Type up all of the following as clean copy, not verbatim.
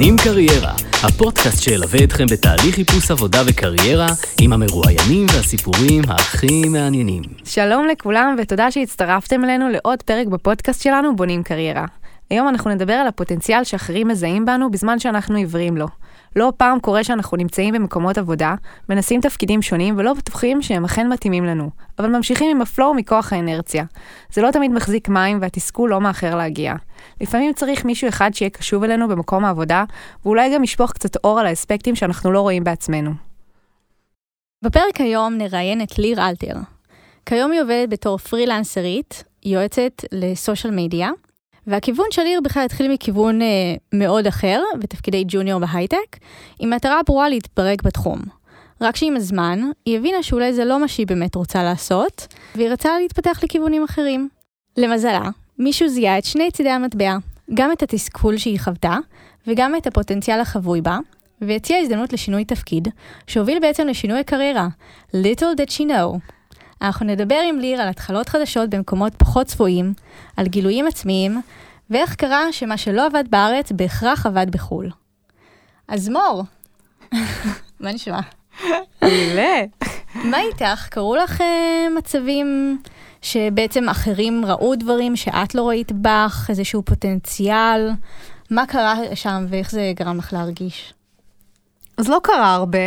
בונים קריירה, הפודקאסט שילווה אתכם בתהליך חיפוש עבודה וקריירה עם המרואיינים והסיפורים הכי מעניינים. שלום לכולם ותודה שהצטרפתם אלינו לעוד פרק בפודקאסט שלנו בונים קריירה. היום אנחנו נדבר על הפוטנציאל שאחרים מזהים בנו בזמן שאנחנו עיוורים לו. לא פעם קורה שאנחנו נמצאים במקומות עבודה, מנסים תפקידים שונים ולא בטוחים שהם אכן מתאימים לנו, אבל ממשיכים עם הפלואו מכוח האנרציה. זה לא תמיד מחזיק מים והתסכול לא מאחר להגיע. לפעמים צריך מישהו אחד שיהיה קשוב אלינו במקום העבודה, ואולי גם ישפוך קצת אור על האספקטים שאנחנו לא רואים בעצמנו. בפרק היום נראיין את ליר אלתר. כיום היא עובדת בתור פרילנסרית, יועצת לסושיאל מדיה, והכיוון של ליר בכלל התחיל מכיוון מאוד אחר, בתפקידי ג'וניור בהייטק, עם מטרה ברורה להתברג בתחום. רק שעם הזמן, היא הבינה שאולי זה לא מה שהיא באמת רוצה לעשות, והיא רצה להתפתח לכיוונים אחרים. למזלה, מישהו זיהה את שני צידי המטבע, גם את התסכול שהיא חוותה, וגם את הפוטנציאל החבוי בה, והציע הזדמנות לשינוי תפקיד, שהוביל בעצם לשינוי הקריירה, Little Did She Know. אנחנו נדבר עם ליר על התחלות חדשות במקומות פחות צפויים, על גילויים עצמיים, ואיך קרה שמה שלא עבד בארץ בהכרח עבד בחול. אז מור, מה נשמע? מעולה. מה איתך? קראו לך מצבים שבעצם אחרים ראו דברים שאת לא ראית בך, איזשהו פוטנציאל? מה קרה שם ואיך זה גרם לך להרגיש? אז לא קרה הרבה.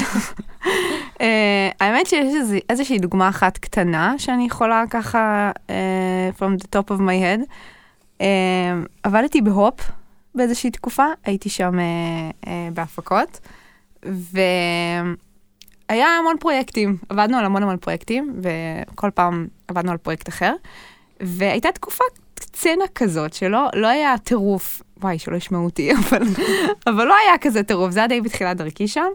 האמת שיש איזושהי דוגמה אחת קטנה שאני יכולה ככה from the top of my head. עבדתי בהופ באיזושהי תקופה, הייתי שם בהפקות, והיה המון פרויקטים, עבדנו על המון פרויקטים, וכל פעם עבדנו על פרויקט אחר, והייתה תקופה סצנה כזאת, שלא היה טירוף, וואי, שלא ישמעו אותי, אבל לא היה כזה טירוף, זה היה די בתחילת דרכי שם,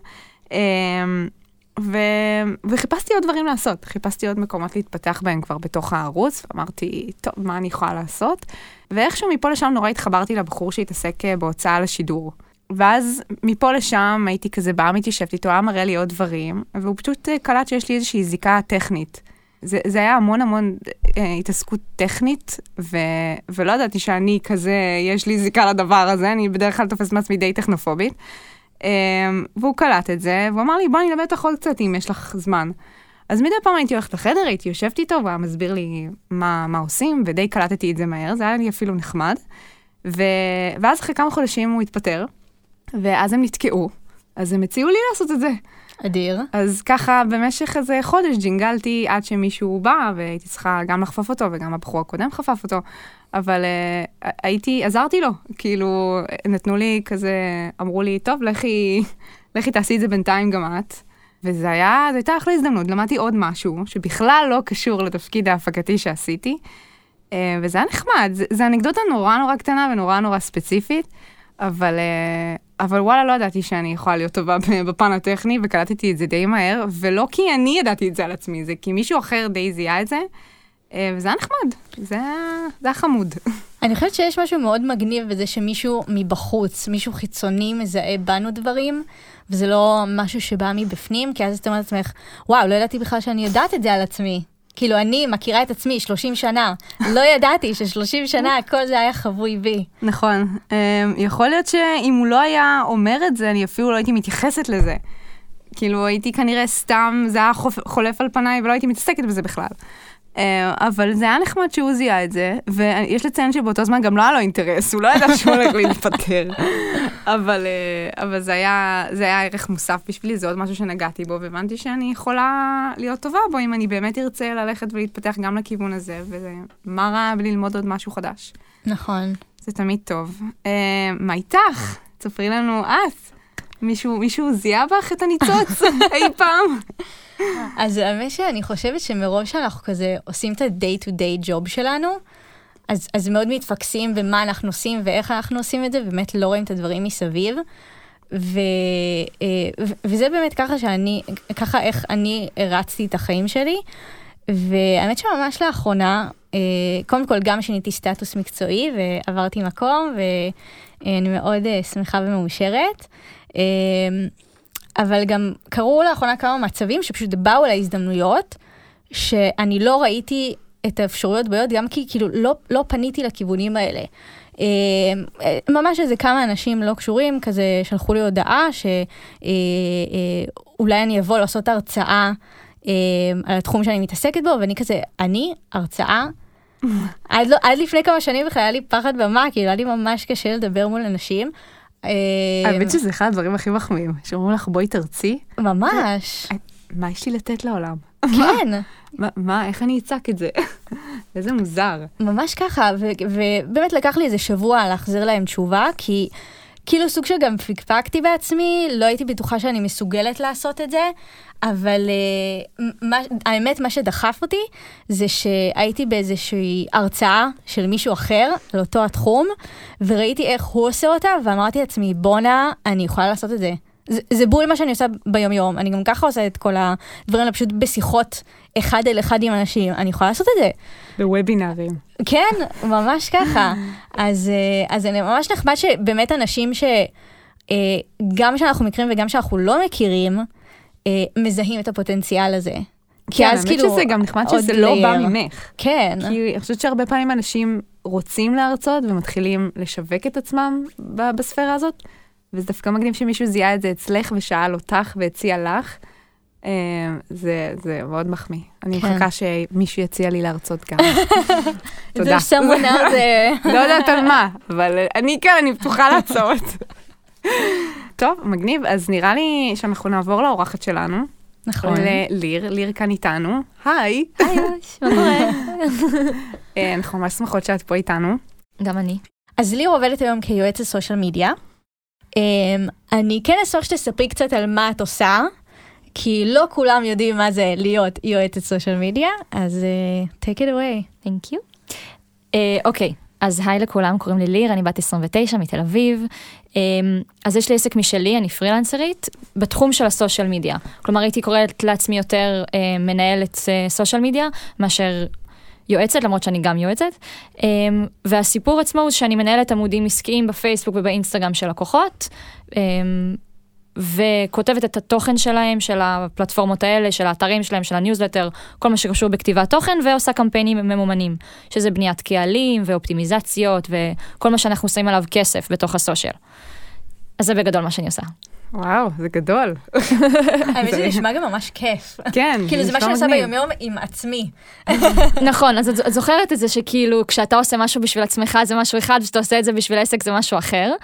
וחיפשתי עוד דברים לעשות, חיפשתי עוד מקומות להתפתח בהם כבר בתוך הערוץ, ואמרתי, טוב, מה אני יכולה לעשות? ואיכשהו מפה לשם נורא התחברתי לבחור שהתעסק בהוצאה לשידור. ואז מפה לשם הייתי כזה באה מתיישבת איתו, היה מראה לי עוד דברים, והוא פשוט קלט שיש לי איזושהי זיקה טכנית. זה היה המון התעסקות טכנית, ולא ידעתי שאני כזה, יש לי זיקה לדבר הזה, אני בדרך כלל תופס מעצמי די טכנופובית. והוא קלט את זה, והוא אמר לי, בוא נלמד אותך עוד קצת אם יש לך זמן. אז מדי פעם הייתי הולכת לחדר, הייתי יושבת איתו, והוא היה מסביר לי מה עושים, ודי קלטתי את זה מהר, זה היה לי אפילו נחמד. ואז אחרי כמה חודשים הוא התפטר, ואז הם נתקעו, אז הם הציעו לי לעשות את זה. אדיר. אז ככה במשך איזה חודש ג'ינגלתי עד שמישהו בא, והייתי צריכה גם לחפוף אותו, וגם הבחור הקודם חפף אותו, אבל עזרתי לו, כאילו נתנו לי כזה, אמרו לי, טוב, לכי תעשי את זה בינתיים גם את, וזה הייתה אחלה הזדמנות, למדתי עוד משהו, שבכלל לא קשור לתפקיד ההפקתי שעשיתי, וזה היה נחמד, זה אנקדוטה נורא קטנה ונורא ספציפית, אבל וואלה, לא ידעתי שאני יכולה להיות טובה בפן הטכני, וקלטתי את זה די מהר, ולא כי אני ידעתי את זה על עצמי, זה כי מישהו אחר די זיהה את זה, וזה היה נחמד, זה היה חמוד. אני חושבת שיש משהו מאוד מגניב בזה שמישהו מבחוץ, מישהו חיצוני מזהה בנו דברים, וזה לא משהו שבא מבפנים, כי אז אתה אומרת לעצמך, וואו, לא ידעתי בכלל שאני יודעת את זה על עצמי. כאילו, אני מכירה את עצמי 30 שנה, לא ידעתי ש30 שנה הכל זה היה חבוי בי. נכון. יכול להיות שאם הוא לא היה אומר את זה, אני אפילו לא הייתי מתייחסת לזה. כאילו, הייתי כנראה סתם, זה היה חולף על פניי, ולא הייתי מתעסקת בזה בכלל. אבל זה היה נחמד שהוא זיהה את זה, ויש לציין שבאותו זמן גם לא היה לו אינטרס, הוא לא ידע שהוא הולך להתפטר. אבל זה היה ערך מוסף בשבילי, זה עוד משהו שנגעתי בו, והבנתי שאני יכולה להיות טובה בו, אם אני באמת ארצה ללכת ולהתפתח גם לכיוון הזה, ומה רע בללמוד עוד משהו חדש. נכון. זה תמיד טוב. מה איתך? תספרי לנו את. מישהו זיהה בך את הניצוץ אי פעם? אז האמת שאני חושבת שמרוב שאנחנו כזה עושים את ה-day to day job שלנו, אז מאוד מתפקסים במה אנחנו עושים ואיך אנחנו עושים את זה, באמת לא רואים את הדברים מסביב, וזה באמת ככה איך אני הרצתי את החיים שלי, והאמת שממש לאחרונה, קודם כל גם שיניתי סטטוס מקצועי ועברתי מקום, ואני מאוד שמחה ומאושרת, אבל גם קרו לאחרונה כמה מצבים שפשוט באו להזדמנויות, שאני לא ראיתי את האפשרויות בעיות, גם כי כאילו לא פניתי לכיוונים האלה. ממש איזה כמה אנשים לא קשורים, כזה שלחו לי הודעה שאולי אני אבוא לעשות הרצאה על התחום שאני מתעסקת בו, ואני כזה, הרצאה? עד לפני כמה שנים בכלל היה לי פחד במה, כאילו היה לי ממש קשה לדבר מול אנשים. האמת שזה אחד הדברים הכי מחמיאים, שאומרים לך בואי תרצי. ממש. מה יש לי לתת לעולם? כן. מה, איך אני אצעק את זה? איזה מוזר. ממש ככה, ובאמת לקח לי איזה שבוע להחזיר להם תשובה, כי כאילו סוג שגם פיקפקתי בעצמי, לא הייתי בטוחה שאני מסוגלת לעשות את זה, אבל האמת, מה שדחף אותי, זה שהייתי באיזושהי הרצאה של מישהו אחר, על אותו התחום, וראיתי איך הוא עושה אותה, ואמרתי לעצמי, בונה, אני יכולה לעשות את זה. זה בול מה שאני עושה ביום יום, אני גם ככה עושה את כל הדברים האלה, פשוט בשיחות אחד אל אחד עם אנשים, אני יכולה לעשות את זה. בוובינרים. כן, ממש ככה. אז אני ממש נחמד שבאמת אנשים שגם שאנחנו מכירים וגם שאנחנו לא מכירים, מזהים את הפוטנציאל הזה. כן, האמת שזה גם נחמד שזה לא בא ממך. כן. כי אני חושבת שהרבה פעמים אנשים רוצים להרצות ומתחילים לשווק את עצמם בספירה הזאת, וזה דווקא מגניב שמישהו זיהה את זה אצלך ושאל אותך והציע לך. זה מאוד מחמיא. אני מחכה שמישהו יציע לי להרצות גם. תודה. There's someone out there. לא יודעת על מה, אבל אני כאן, אני פתוחה להצעות. טוב, מגניב. אז נראה לי שאנחנו נעבור לאורחת שלנו. נכון. ליר כאן איתנו. היי. היי, מה קורה? אנחנו ממש שמחות שאת פה איתנו. גם אני. אז ליר עובדת היום כיועצת סושיאל מדיה. אני כן אשמח שתספרי קצת על מה את עושה, כי לא כולם יודעים מה זה להיות יועצת סושיאל מדיה, אז take it away. Thank you. אוקיי, אז היי לכולם, קוראים לי ליר, אני בת 29 מתל אביב. אז יש לי עסק משלי, אני פרילנסרית, בתחום של הסושיאל מדיה. כלומר, הייתי קוראת לעצמי יותר מנהלת סושיאל מדיה, מאשר יועצת, למרות שאני גם יועצת. והסיפור עצמו הוא שאני מנהלת עמודים עסקיים בפייסבוק ובאינסטגרם של לקוחות, וכותבת את התוכן שלהם, של הפלטפורמות האלה, של האתרים שלהם, של הניוזלטר, כל מה שקשור בכתיבת תוכן, ועושה קמפיינים ממומנים, שזה בניית קהלים ואופטימיזציות, וכל מה שאנחנו עושים עליו כסף בתוך הסושיאל. אז זה בגדול מה שאני עושה. וואו, זה גדול. האמת שזה נשמע גם ממש כיף. כן. כאילו זה מה שאני עושה ביום-יום עם עצמי. נכון, אז את זוכרת את זה שכאילו כשאתה עושה משהו בשביל עצמך זה משהו אחד, וכשאתה עושה את זה בשביל העסק זה משהו אחר.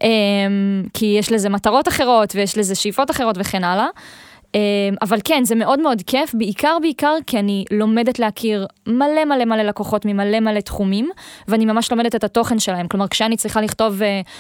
כי יש לזה מטרות אחרות ויש לזה שאיפות אחרות וכן הלאה. אבל כן, זה מאוד מאוד כיף, בעיקר כי אני לומדת להכיר מלא לקוחות ממלא תחומים, ואני ממש לומדת את התוכן שלהם. כלומר, כשאני צריכה לכתוב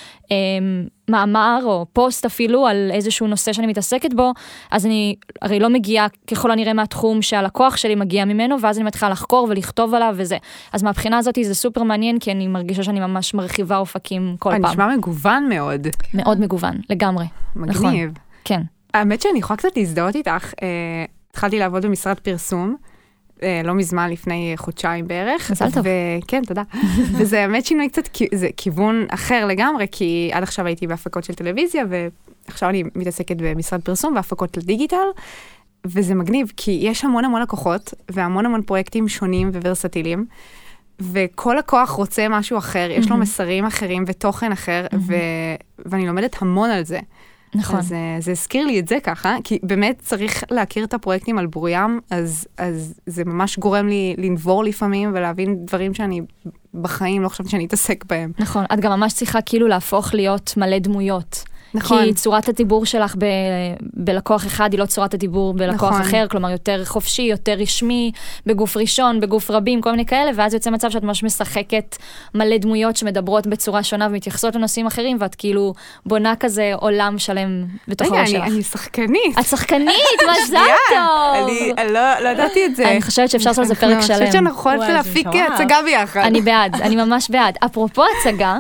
מאמר או פוסט אפילו על איזשהו נושא שאני מתעסקת בו, אז אני הרי לא מגיעה ככל הנראה מהתחום שהלקוח שלי מגיע ממנו, ואז אני מתחילה לחקור ולכתוב עליו וזה. אז מהבחינה הזאת זה סופר מעניין, כי אני מרגישה שאני ממש מרחיבה אופקים כל פעם. נשמע מגוון מאוד. מאוד מגוון, לגמרי. מגניב. נכון. כן. האמת שאני יכולה קצת להזדהות איתך, התחלתי לעבוד במשרד פרסום, לא מזמן, לפני חודשיים בערך. מזל טוב. כן, תודה. וזה האמת שינוי קצת, זה כיוון אחר לגמרי, כי עד עכשיו הייתי בהפקות של טלוויזיה, ועכשיו אני מתעסקת במשרד פרסום והפקות לדיגיטל, וזה מגניב, כי יש המון לקוחות, והמון פרויקטים שונים וורסטיליים, וכל לקוח רוצה משהו אחר, יש לו מסרים אחרים ותוכן אחר, ואני לומדת המון על זה. נכון. אז זה הזכיר לי את זה ככה, כי באמת צריך להכיר את הפרויקטים על ברוים, אז זה ממש גורם לי לנבור לפעמים, ולהבין דברים שאני בחיים לא חושבת שאני אתעסק בהם. נכון, את גם ממש צריכה כאילו להפוך להיות מלא דמויות. נכון. כי צורת הדיבור שלך בלקוח אחד היא לא צורת הדיבור בלקוח נכון. אחר, כלומר יותר חופשי, יותר רשמי, בגוף ראשון, בגוף רבים, כל מיני כאלה, ואז יוצא מצב שאת ממש משחקת מלא דמויות שמדברות בצורה שונה ומתייחסות לנושאים אחרים, ואת כאילו בונה כזה עולם שלם בתוך הראש שלך. רגע, אני שחקנית. את שחקנית, מזל טוב. אני לא ידעתי את זה. אני חושבת שאפשר לעשות לזה פרק שלם. אני חושבת שאנחנו יכולות להפיק הצגה ביחד. אני בעד, אני ממש בעד. אפרופו הצגה,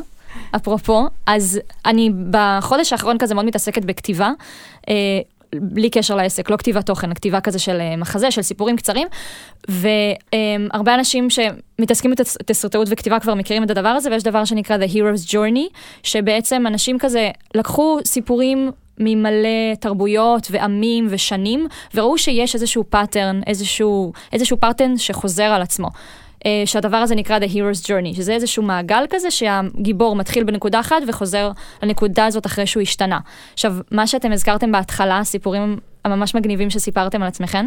אז אני בחודש האחרון כזה מאוד מתעסקת בכתיבה, בלי קשר לעסק, לא כתיבה תוכן, כתיבה כזה של מחזה, של סיפורים קצרים, והרבה אנשים שמתעסקים בתסריטאות וכתיבה כבר מכירים את הדבר הזה, ויש דבר שנקרא The Hero's Journey, שבעצם אנשים כזה לקחו סיפורים ממלא תרבויות ועמים ושנים, וראו שיש איזשהו פאטרן, איזשהו פאטרן שחוזר על עצמו. שהדבר הזה נקרא The Hero's Journey, שזה איזשהו מעגל כזה שהגיבור מתחיל בנקודה אחת וחוזר לנקודה הזאת אחרי שהוא השתנה. עכשיו, מה שאתם הזכרתם בהתחלה, הסיפורים הממש מגניבים שסיפרתם על עצמכם,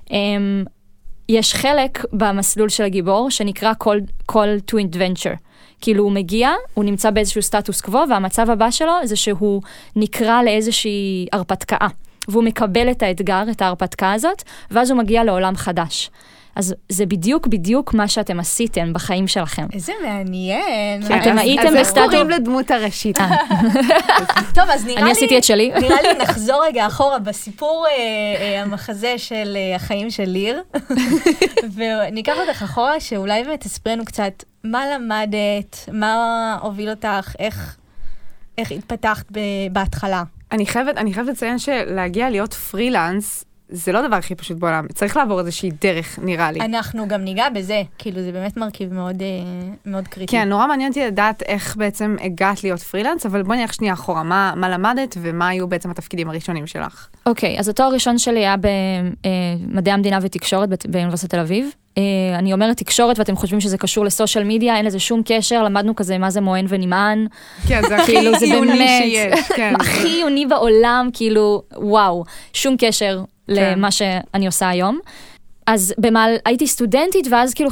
יש חלק במסלול של הגיבור שנקרא Call to Adventure. כאילו הוא מגיע, הוא נמצא באיזשהו סטטוס קוו, והמצב הבא שלו זה שהוא נקרא לאיזושהי הרפתקה. והוא מקבל את האתגר, את ההרפתקה הזאת, ואז הוא מגיע לעולם חדש. אז זה בדיוק מה שאתם עשיתם בחיים שלכם. איזה מעניין. אתם הייתם בסטטוס... אז איך קוראים לדמות הראשית? טוב, אז נראה לי... אני עשיתי את שלי. נראה לי נחזור רגע אחורה בסיפור המחזה של החיים של ליר, וניקח אותך אחורה, שאולי באמת תספרנו קצת מה למדת, מה הוביל אותך, איך התפתחת בהתחלה. אני חייבת לציין שלהגיע להיות פרילנס, זה לא הדבר הכי פשוט בעולם. צריך לעבור איזושהי דרך, נראה לי. אנחנו גם ניגע בזה, כאילו זה באמת מרכיב מאוד, מאוד קריטי. כן, נורא מעניין אותי לדעת איך בעצם הגעת להיות פרילנס, אבל בוא נלך שנייה אחורה, מה למדת ומה היו בעצם התפקידים הראשונים שלך? אוקיי, אז התואר הראשון שלי היה במדעי המדינה ותקשורת באוניברסיטת תל אביב. אני אומרת תקשורת ואתם חושבים שזה קשור לסושיאל מדיה, אין לזה שום קשר, למדנו כזה מה זה מוען ונמען. כן, זה הכי עיוני שיש. הכי עיוני בעולם, כאילו, וואו, שום קשר למה שאני עושה היום. אז הייתי סטודנטית, ואז כאילו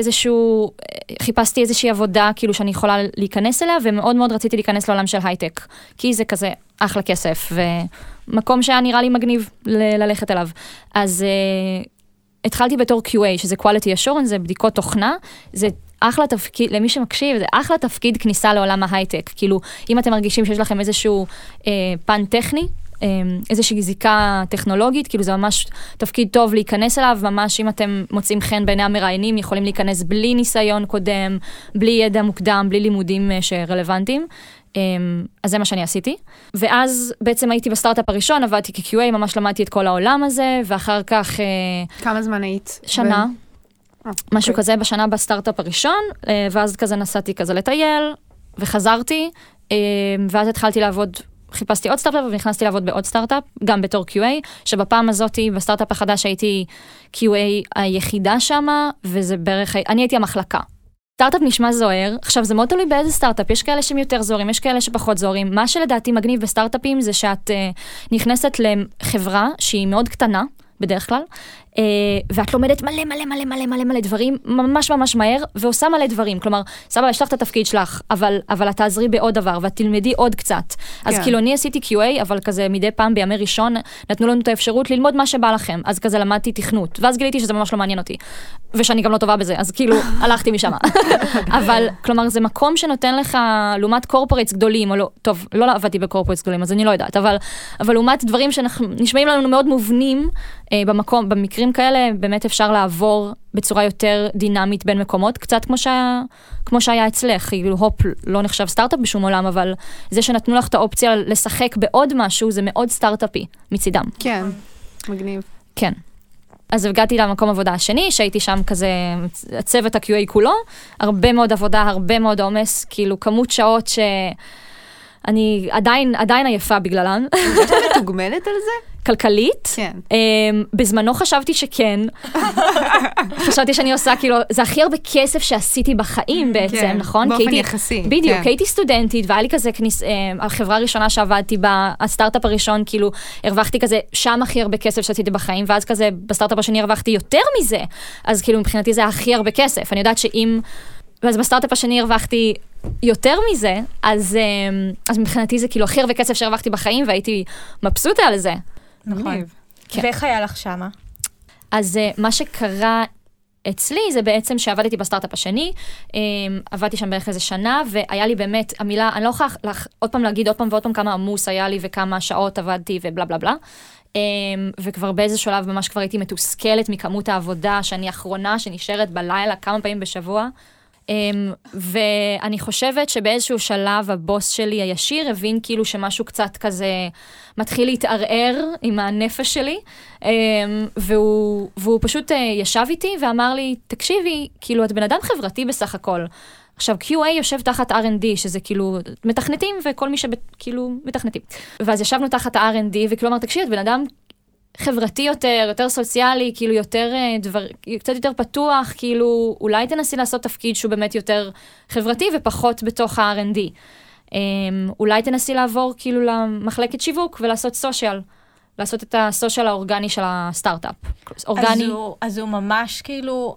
חיפשתי איזושהי עבודה, כאילו שאני יכולה להיכנס אליה, ומאוד מאוד רציתי להיכנס לעולם של הייטק, כי זה כזה אחלה כסף, ומקום שהיה נראה לי מגניב ללכת אליו. אז התחלתי בתור QA, שזה quality assurance, זה בדיקות תוכנה, זה אחלה תפקיד, למי שמקשיב, זה אחלה תפקיד כניסה לעולם ההייטק. כאילו, אם אתם מרגישים שיש לכם איזשהו פן טכני, איזושהי זיקה טכנולוגית, כאילו זה ממש תפקיד טוב להיכנס אליו, ממש אם אתם מוצאים חן בעיני המראיינים, יכולים להיכנס בלי ניסיון קודם, בלי ידע מוקדם, בלי לימודים שרלוונטיים. אז זה מה שאני עשיתי. ואז בעצם הייתי בסטארט-אפ הראשון, עבדתי כ-QA, ממש למדתי את כל העולם הזה, ואחר כך... כמה זמן היית? שנה. משהו כזה בשנה בסטארט-אפ הראשון, ואז כזה נסעתי כזה לטייל, וחזרתי, ואז התחלתי לעבוד... חיפשתי עוד סטארט-אפ ונכנסתי לעבוד בעוד סטארט-אפ, גם בתור QA, שבפעם הזאת, בסטארט-אפ החדש הייתי QA היחידה שמה, וזה בערך, אני הייתי המחלקה. סטארט-אפ נשמע זוהר, עכשיו זה מאוד תלוי באיזה סטארט-אפ, יש כאלה שהם יותר זוהרים, יש כאלה שפחות זוהרים. מה שלדעתי מגניב בסטארט-אפים זה שאת נכנסת לחברה שהיא מאוד קטנה, בדרך כלל, ואת לומדת מלא דברים, ממש ממש מהר, ועושה מלא דברים. כלומר, סבא, יש לך את התפקיד שלך, אבל את תעזרי בעוד דבר, ואת תלמדי עוד קצת. אז כאילו, אני עשיתי QA, אבל כזה מדי פעם בימי ראשון, נתנו לנו את האפשרות ללמוד מה שבא לכם. אז כזה למדתי תכנות, ואז גיליתי שזה ממש לא מעניין אותי. ושאני גם לא טובה בזה, אז כאילו, הלכתי משם. אבל, כלומר, זה מקום שנותן לך, לעומת קורפורייטס גדולים, או לא, טוב, לא עבדתי בקורפורייטס גדולים, אז אני לא יודעת, אבל לעומת דברים שנשמעים לנו מאוד מובנים, במקרים כאלה באמת אפשר לעבור בצורה יותר דינמית בין מקומות, קצת כמו שהיה אצלך, כאילו הופ לא נחשב סטארט-אפ בשום עולם, אבל זה שנתנו לך את האופציה לשחק בעוד משהו, זה מאוד סטארט-אפי מצידם. כן, מגניב. כן. אז הגעתי למקום עבודה השני, שהייתי שם כזה, הצוות ה-QA כולו, הרבה מאוד עבודה, הרבה מאוד עומס, כאילו כמות שעות שאני עדיין עייפה בגללן. את מתוגמלת על זה? כלכלית. כן. בזמנו חשבתי שכן. חשבתי שאני עושה, כאילו, זה הכי הרבה כסף שעשיתי בחיים בעצם, נכון? באופן יחסי. בדיוק, הייתי סטודנטית, והיה לי כזה, החברה הראשונה שעבדתי בה, הסטארט-אפ הראשון, כאילו, הרווחתי כזה, שם הכי הרבה כסף שעשיתי בחיים, ואז כזה, בסטארט-אפ השני הרווחתי יותר מזה. אז כאילו, מבחינתי זה הכי הרבה כסף. אני יודעת שאם... ואז בסטארט-אפ השני הרווחתי יותר מזה, אז מבחינתי זה כאילו הכי הרבה כסף שהרווחתי בחיים, והייתי מבסוטה על זה. נכון. ואיך היה לך שמה? אז מה שקרה אצלי זה בעצם שעבדתי בסטארט-אפ השני, עבדתי שם בערך איזה שנה, והיה לי באמת, המילה, אני לא יכולה עוד פעם להגיד עוד פעם ועוד פעם כמה עמוס היה לי וכמה שעות עבדתי ובלה בלה בלה, וכבר באיזה שלב ממש כבר הייתי מתוסכלת מכמות העבודה שאני האחרונה שנשארת בלילה כמה פעמים בשבוע, ואני חושבת שבאיזשהו שלב הבוס שלי הישיר הבין כאילו שמשהו קצת כזה מתחיל להתערער עם הנפש שלי, והוא פשוט ישב איתי ואמר לי, תקשיבי, כאילו את בן אדם חברתי בסך הכל. עכשיו, QA יושב תחת R&D, שזה כאילו מתכנתים וכל מי שכאילו מתכנתים. ואז ישבנו תחת ה-R&D, וכאילו אמר, תקשיבי, את בן אדם חברתי יותר, יותר סוציאלי, כאילו יותר קצת יותר פתוח, כאילו אולי תנסי לעשות תפקיד שהוא באמת יותר חברתי ופחות בתוך ה-R&D. אולי תנסי לעבור כאילו למחלקת שיווק ולעשות סושיאל. לעשות את הסושיאל האורגני של הסטארט-אפ. אורגני. אז הוא ממש כאילו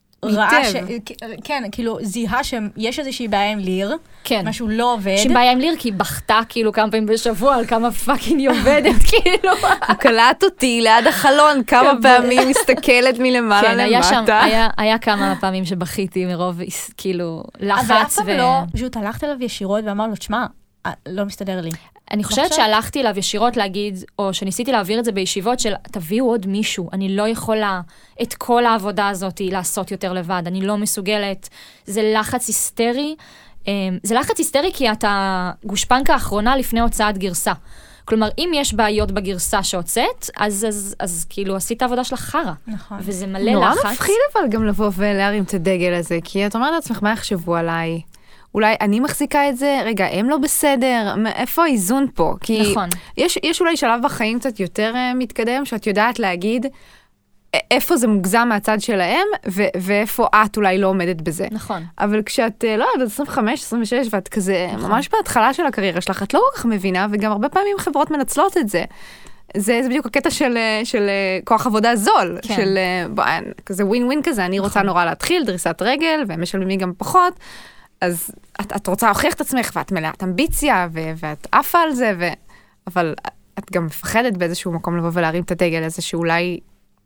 ראה כן, כאילו זיהה שיש איזושהי בעיה עם ליר, משהו לא עובד. יש בעיה עם ליר כי היא בכתה כאילו כמה פעמים בשבוע על כמה פאקינג היא עובדת, כאילו. הוא קלט אותי ליד החלון, כמה פעמים מסתכלת מלמעלה למטה. היה כמה פעמים שבכיתי מרוב כאילו לחץ. אבל אף פעם לא, פשוט הלכת אליו ישירות ואמר לו, תשמע, לא מסתדר לי. אני חושבת שהלכתי אליו ישירות להגיד, או שניסיתי להעביר את זה בישיבות של, תביאו עוד מישהו, אני לא יכולה את כל העבודה הזאת לעשות יותר לבד, אני לא מסוגלת, זה לחץ היסטרי, זה לחץ היסטרי כי אתה גושפנקה האחרונה לפני הוצאת גרסה. כלומר, אם יש בעיות בגרסה שהוצאת, אז כאילו עשית העבודה של החרה. נכון. וזה מלא נורא לחץ. נורא מפחיד אבל גם לבוא ולהרים את הדגל הזה, כי את אומרת לעצמך, מה יחשבו עליי? אולי אני מחזיקה את זה, רגע, הם לא בסדר, איפה האיזון פה? כי נכון. יש אולי שלב בחיים קצת יותר מתקדם, שאת יודעת להגיד איפה זה מוגזם מהצד שלהם, ואיפה את אולי לא עומדת בזה. נכון. אבל כשאת, לא יודעת, 25, 26, ואת כזה, ממש בהתחלה של הקריירה שלך, את לא כל כך מבינה, וגם הרבה פעמים חברות מנצלות את זה. זה בדיוק הקטע של כוח עבודה זול, של כזה ווין ווין כזה, אני רוצה נורא להתחיל, דריסת רגל, והם משלמים לי גם פחות, אז את רוצה להוכיח את עצמך, ואת מלאת אמביציה, ואת עפה על זה, אבל את גם מפחדת באיזשהו מקום לבוא ולהרים את הדגל הזה, שאולי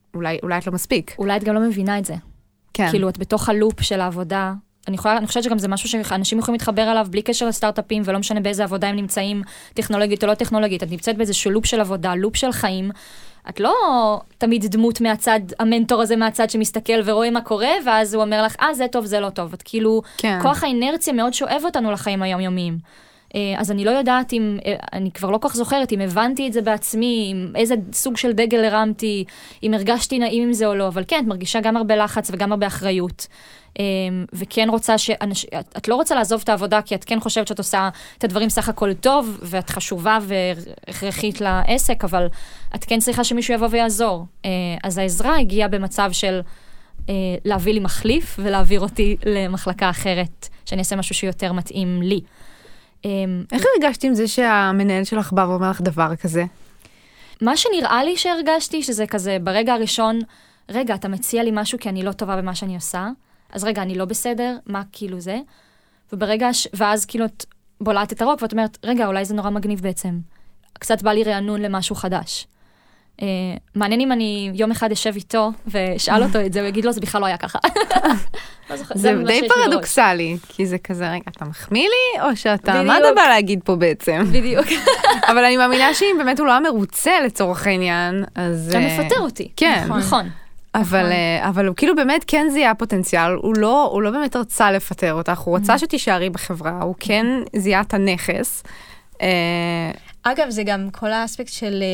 את לא מספיק. אולי את גם לא מבינה את זה. כן. כאילו, את בתוך הלופ של העבודה. אני חושבת שגם זה משהו שאנשים יכולים להתחבר עליו בלי קשר לסטארט-אפים, ולא משנה באיזה עבודה הם נמצאים, טכנולוגית או לא טכנולוגית. את נמצאת באיזשהו לופ של עבודה, לופ של חיים. את לא תמיד דמות מהצד, המנטור הזה מהצד שמסתכל ורואה מה קורה, ואז הוא אומר לך, זה טוב, זה לא טוב. את כאילו, כוח האינרציה מאוד שואב אותנו לחיים היומיומיים. אז אני לא יודעת אם, אני כבר לא כך זוכרת, אם הבנתי את זה בעצמי, איזה סוג של דגל הרמתי, אם הרגשתי נעים עם זה או לא, אבל כן, את מרגישה גם הרבה לחץ וגם הרבה אחריות. וכן רוצה את לא רוצה לעזוב את העבודה, כי את כן חושבת שאת עושה את הדברים סך הכל טוב, ואת חשובה והכרחית לעסק, אבל את כן צריכה שמישהו יבוא ויעזור. אז העזרה הגיעה במצב של להביא לי מחליף, ולהעביר אותי למחלקה אחרת, שאני אעשה משהו שיותר מתאים לי. איך הרגשתי עם זה שהמנהל שלך בא ואומר לך דבר כזה? מה שנראה לי שהרגשתי, שזה כזה ברגע הראשון, רגע, אתה מציע לי משהו כי אני לא טובה במה שאני עושה, אז רגע, אני לא בסדר, מה כאילו זה? ואז כאילו את בולעת את הרוק, ואת אומרת, רגע, אולי זה נורא מגניב בעצם. קצת בא לי רענון למשהו חדש. מעניין אם אני יום אחד אשב איתו, ושאל אותו את זה, הוא יגיד לו, זה בכלל לא היה ככה. זה די פרדוקסלי, כי זה כזה, רגע, אתה מחמיא לי, או שאתה, מה אתה בא להגיד פה בעצם? בדיוק. אבל אני מאמינה שאם באמת הוא לא מרוצה לצורך העניין, אז... אתה מפטר אותי. כן. נכון. אבל הוא כאילו באמת כן זיהה פוטנציאל, הוא לא באמת רצה לפטר אותך, הוא רצה שתישארי בחברה, הוא כן זיהה את הנכס. אגב, זה גם כל האספקט של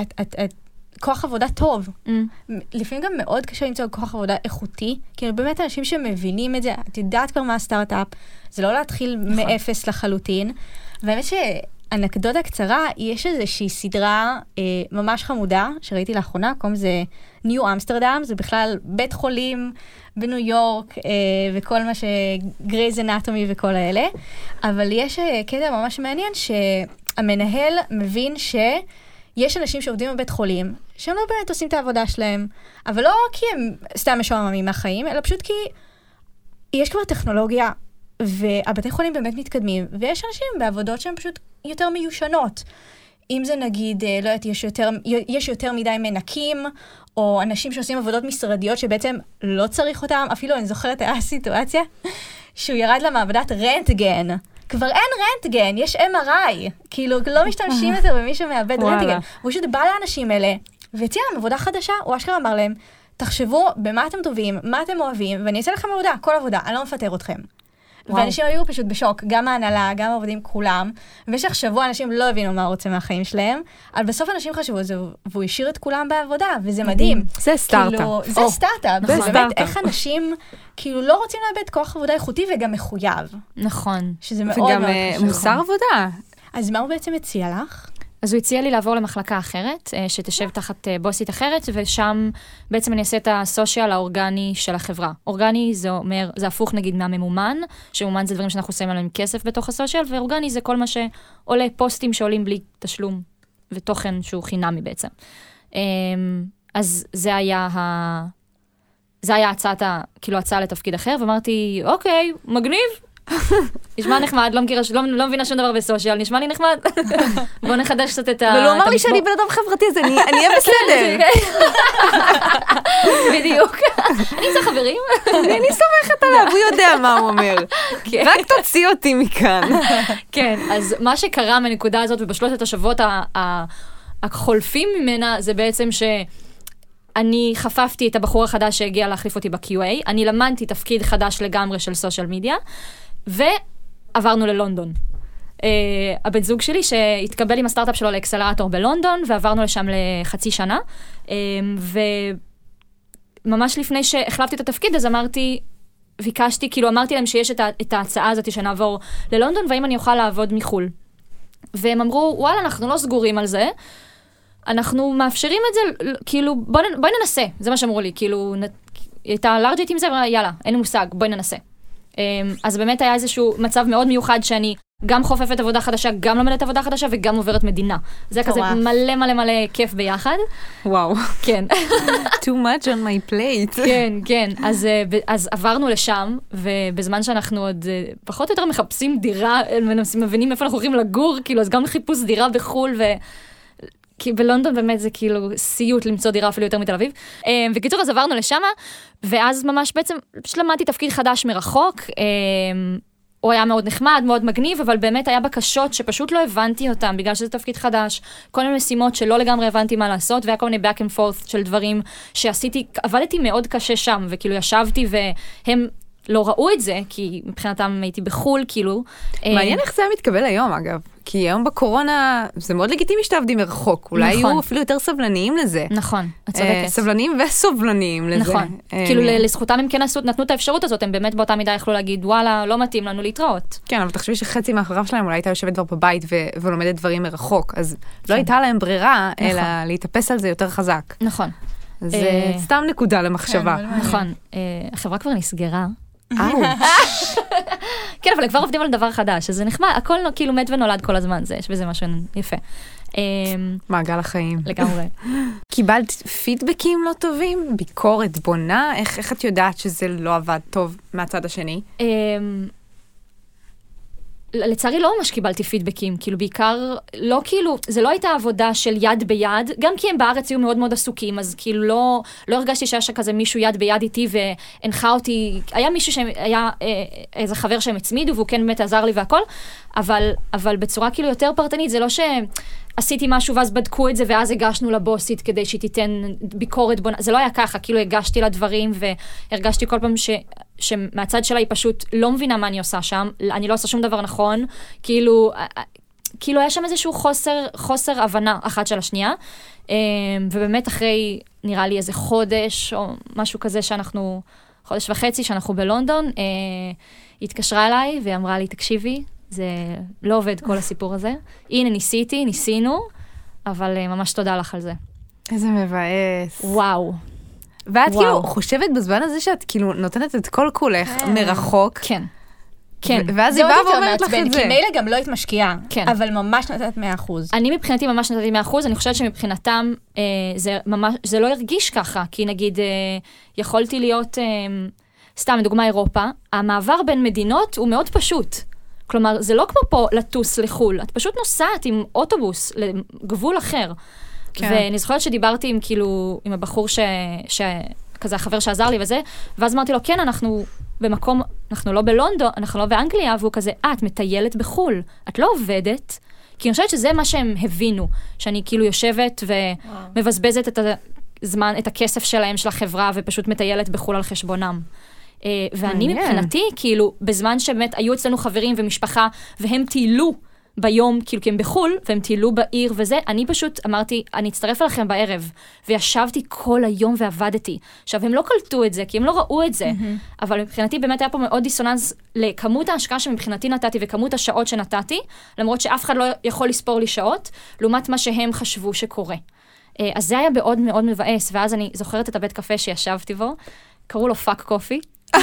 כוח עבודה טוב. לפעמים גם מאוד קשה למצוא כוח עבודה איכותי, כי באמת אנשים שמבינים את זה, את יודעת כבר מה הסטארט-אפ, זה לא להתחיל מאפס לחלוטין, והאמת שאנקדוטה קצרה, יש איזושהי סדרה ממש חמודה, שראיתי לאחרונה, קוראים זה ניו אמסטרדם, זה בכלל בית חולים בניו יורק, וכל מה שגרייז אנטומי וכל האלה, אבל יש קטע ממש מעניין, שהמנהל מבין יש אנשים שעובדים בבית חולים, שהם לא באמת עושים את העבודה שלהם, אבל לא כי הם סתם משועממים מהחיים, אלא פשוט כי יש כבר טכנולוגיה, והבתי חולים באמת מתקדמים, ויש אנשים בעבודות שהן פשוט יותר מיושנות. אם זה נגיד, לא יודעת, יש יותר מדי מנקים, או אנשים שעושים עבודות משרדיות שבעצם לא צריך אותם, אפילו אני זוכרת היה סיטואציה, שהוא ירד למעבדת רנטגן, כבר אין רנטגן, יש MRI, כאילו לא משתמשים יותר במי שמאבד רנטגן. הוא פשוט בא לאנשים האלה, והציע להם עבודה חדשה, הוא אשכרה אמר להם, תחשבו במה אתם טובים, מה אתם אוהבים, ואני אעשה לכם עבודה, כל עבודה, אני לא מפטר אתכם. ואנשים היו פשוט בשוק, גם ההנהלה, גם העובדים כולם, ובמשך שבוע אנשים לא הבינו מה הוא רוצה מהחיים שלהם, אבל בסוף אנשים חשבו את זה, והוא השאיר את כולם בעבודה, וזה מדהים. זה סטארט-אפ. זה סטארט-אפ, זה באמת איך אנשים כאילו לא רוצים לאבד כוח עבודה איכותי וגם מחויב. נכון. שזה מאוד מאוד חשוב. וגם מוסר עבודה. אז מה הוא בעצם מציע לך? אז הוא הציע לי לעבור למחלקה אחרת, שתשב תחת בוסית אחרת, ושם בעצם אני אעשה את הסושיאל האורגני של החברה. אורגני זה אומר, זה הפוך נגיד מהממומן, שממומן זה דברים שאנחנו עושים עליהם כסף בתוך הסושיאל, ואורגני זה כל מה שעולה פוסטים שעולים בלי תשלום, ותוכן שהוא חינמי בעצם. אז זה היה הצעה לתפקיד אחר, ואמרתי, אוקיי, מגניב, נשמע נחמד, לא מבינה שום דבר בסושיאל, נשמע לי נחמד. בוא נחדש קצת את אבל הוא אמר לי שאני בן אדם חברתי, אז אני אהיה בסדר. בדיוק. אני אצא חברים. אני סומכת עליו, הוא יודע מה הוא אומר. רק תוציא אותי מכאן. כן, אז מה שקרה מהנקודה הזאת, ובשלושת השבועות החולפים ממנה, זה בעצם אני חפפתי את הבחור החדש שהגיע להחליף אותי ב-QA, אני למדתי תפקיד חדש לגמרי של סושיאל מדיה, ועברנו ללונדון. הבן זוג שלי שהתקבל עם הסטארט-אפ שלו לאקסלרטור בלונדון, ועברנו לשם לחצי שנה, וממש לפני שהחלפתי את התפקיד, אז ביקשתי, כאילו אמרתי להם שיש את ההצעה הזאת שנעבור ללונדון, והאם אני אוכל לעבוד מחול. והם אמרו, וואלה, אנחנו לא סגורים על זה, אנחנו מאפשרים את זה, כאילו, בואי ננסה, זה מה שאמרו לי, כאילו, את הלארג'ית עם זה, יאללה, אין לי מושג, בואי ננסה. אז באמת היה איזשהו מצב מאוד מיוחד שאני גם חופפת עבודה חדשה, גם לומדת עבודה חדשה וגם עוברת מדינה. זה היה כזה מלא מלא מלא כיף ביחד. וואו. כן. Too much on my plate. כן, כן. אז עברנו לשם, ובזמן שאנחנו עוד פחות או יותר מחפשים דירה, מבינים איפה אנחנו הולכים לגור, כאילו, אז גם חיפוש דירה בחול כי בלונדון באמת זה כאילו סיוט למצוא דירה אפילו יותר מתל אביב. וקיצור, אז עברנו לשם, ואז ממש בעצם למדתי תפקיד חדש מרחוק. הוא היה מאוד נחמד, מאוד מגניב, אבל באמת היה בקשות שפשוט לא הבנתי אותם, בגלל שזה תפקיד חדש, כל מיני משימות שלא לגמרי הבנתי מה לעשות, והיה כל מיני back and forth של דברים שעשיתי, עבדתי מאוד קשה שם, וכאילו ישבתי והם לא ראו את זה, כי מבחינתם הייתי בחול, כאילו. מעניין איך זה היה מתקבל היום, אגב. כי היום בקורונה, זה מאוד לגיטימי שתעבדים מרחוק. אולי יהיו אפילו יותר סבלניים לזה. נכון, את צודקת. סבלניים וסובלניים לזה. נכון. כאילו לזכותם הם כן נתנו את האפשרות הזאת, הם באמת באותה מידה יכלו להגיד, וואלה, לא מתאים לנו להתראות. כן, אבל תחשבי שחצי מהחברה שלהם אולי הייתה יושבת כבר בבית ולומדת דברים מרחוק. אז לא הייתה להם ברירה, אלא להתאפס על זה יותר חזק. נכון. זה סתם נקודה למחשבה. נכון. החברה כבר נסגרה. כן, אבל כבר עובדים על דבר חדש, אז זה נחמד, הכל כאילו מת ונולד כל הזמן, יש בזה משהו יפה. מעגל החיים. לגמרי. קיבלת פידבקים לא טובים? ביקורת בונה? איך את יודעת שזה לא עבד טוב מהצד השני? לצערי לא ממש קיבלתי פידבקים, כאילו בעיקר, לא כאילו, זה לא הייתה עבודה של יד ביד, גם כי הם בארץ היו מאוד מאוד עסוקים, אז כאילו לא הרגשתי שהיה כזה מישהו יד ביד איתי והנחה אותי, היה מישהו שהיה איזה חבר שהם הצמידו, והוא כן באמת עזר לי והכל, אבל בצורה כאילו יותר פרטנית, זה לא שעשיתי משהו ואז בדקו את זה, ואז הגשנו לבוסית כדי שהיא תיתן ביקורת בונה, זה לא היה ככה, כאילו הגשתי לה דברים, והרגשתי כל פעם שמהצד שלה היא פשוט לא מבינה מה אני עושה שם, אני לא עושה שום דבר נכון, כאילו היה שם איזשהו חוסר הבנה אחת של השנייה, ובאמת אחרי נראה לי איזה חודש, או משהו כזה חודש וחצי שאנחנו בלונדון, היא התקשרה אליי ואמרה לי, תקשיבי, זה לא עובד כל הסיפור הזה. הנה, ניסינו, אבל ממש תודה לך על זה. איזה מבאס. וואו. ואת כאילו חושבת בזמן הזה שאת כאילו נותנת את כל כולך מרחוק. כן. כן. ואז היא באה ואומרת לך את זה. כי מילא גם לא היית משקיעה, אבל ממש נתת 100%. אני מבחינתי ממש נתתי 100%, אני חושבת שמבחינתם זה לא הרגיש ככה, כי נגיד יכולתי להיות, סתם לדוגמה אירופה, המעבר בין מדינות הוא מאוד פשוט. כלומר, זה לא כמו פה לטוס לחול, את פשוט נוסעת עם אוטובוס לגבול אחר. ואני זוכרת שדיברתי עם הבחור כזה החבר שעזר לי וזה, ואז אמרתי לו, כן, אנחנו במקום, אנחנו לא בלונדון, אנחנו לא באנגליה, והוא כזה, את מטיילת בחול, את לא עובדת, כי אני חושבת שזה מה שהם הבינו, שאני כאילו יושבת ומבזבזת את הזמן, את הכסף שלהם, של החברה, ופשוט מטיילת בחול על חשבונם. ואני מבחינתי, כאילו, בזמן שבאמת היו אצלנו חברים ומשפחה, והם טיילו ביום, כאילו כי הם בחול, והם טיילו בעיר וזה, אני פשוט אמרתי, אני אצטרף אליכם בערב, וישבתי כל היום ועבדתי. עכשיו, הם לא קלטו את זה, כי הם לא ראו את זה, אבל מבחינתי באמת היה פה מאוד דיסוננס לכמות ההשקעה שמבחינתי נתתי, וכמות השעות שנתתי, למרות שאף אחד לא יכול לספור לי שעות, לעומת מה שהם חשבו שקורה. אז זה היה מאוד מאוד מבאס, ואז אני זוכרת את הבית קפה שישבתי בו, קראו לו פאק קופי,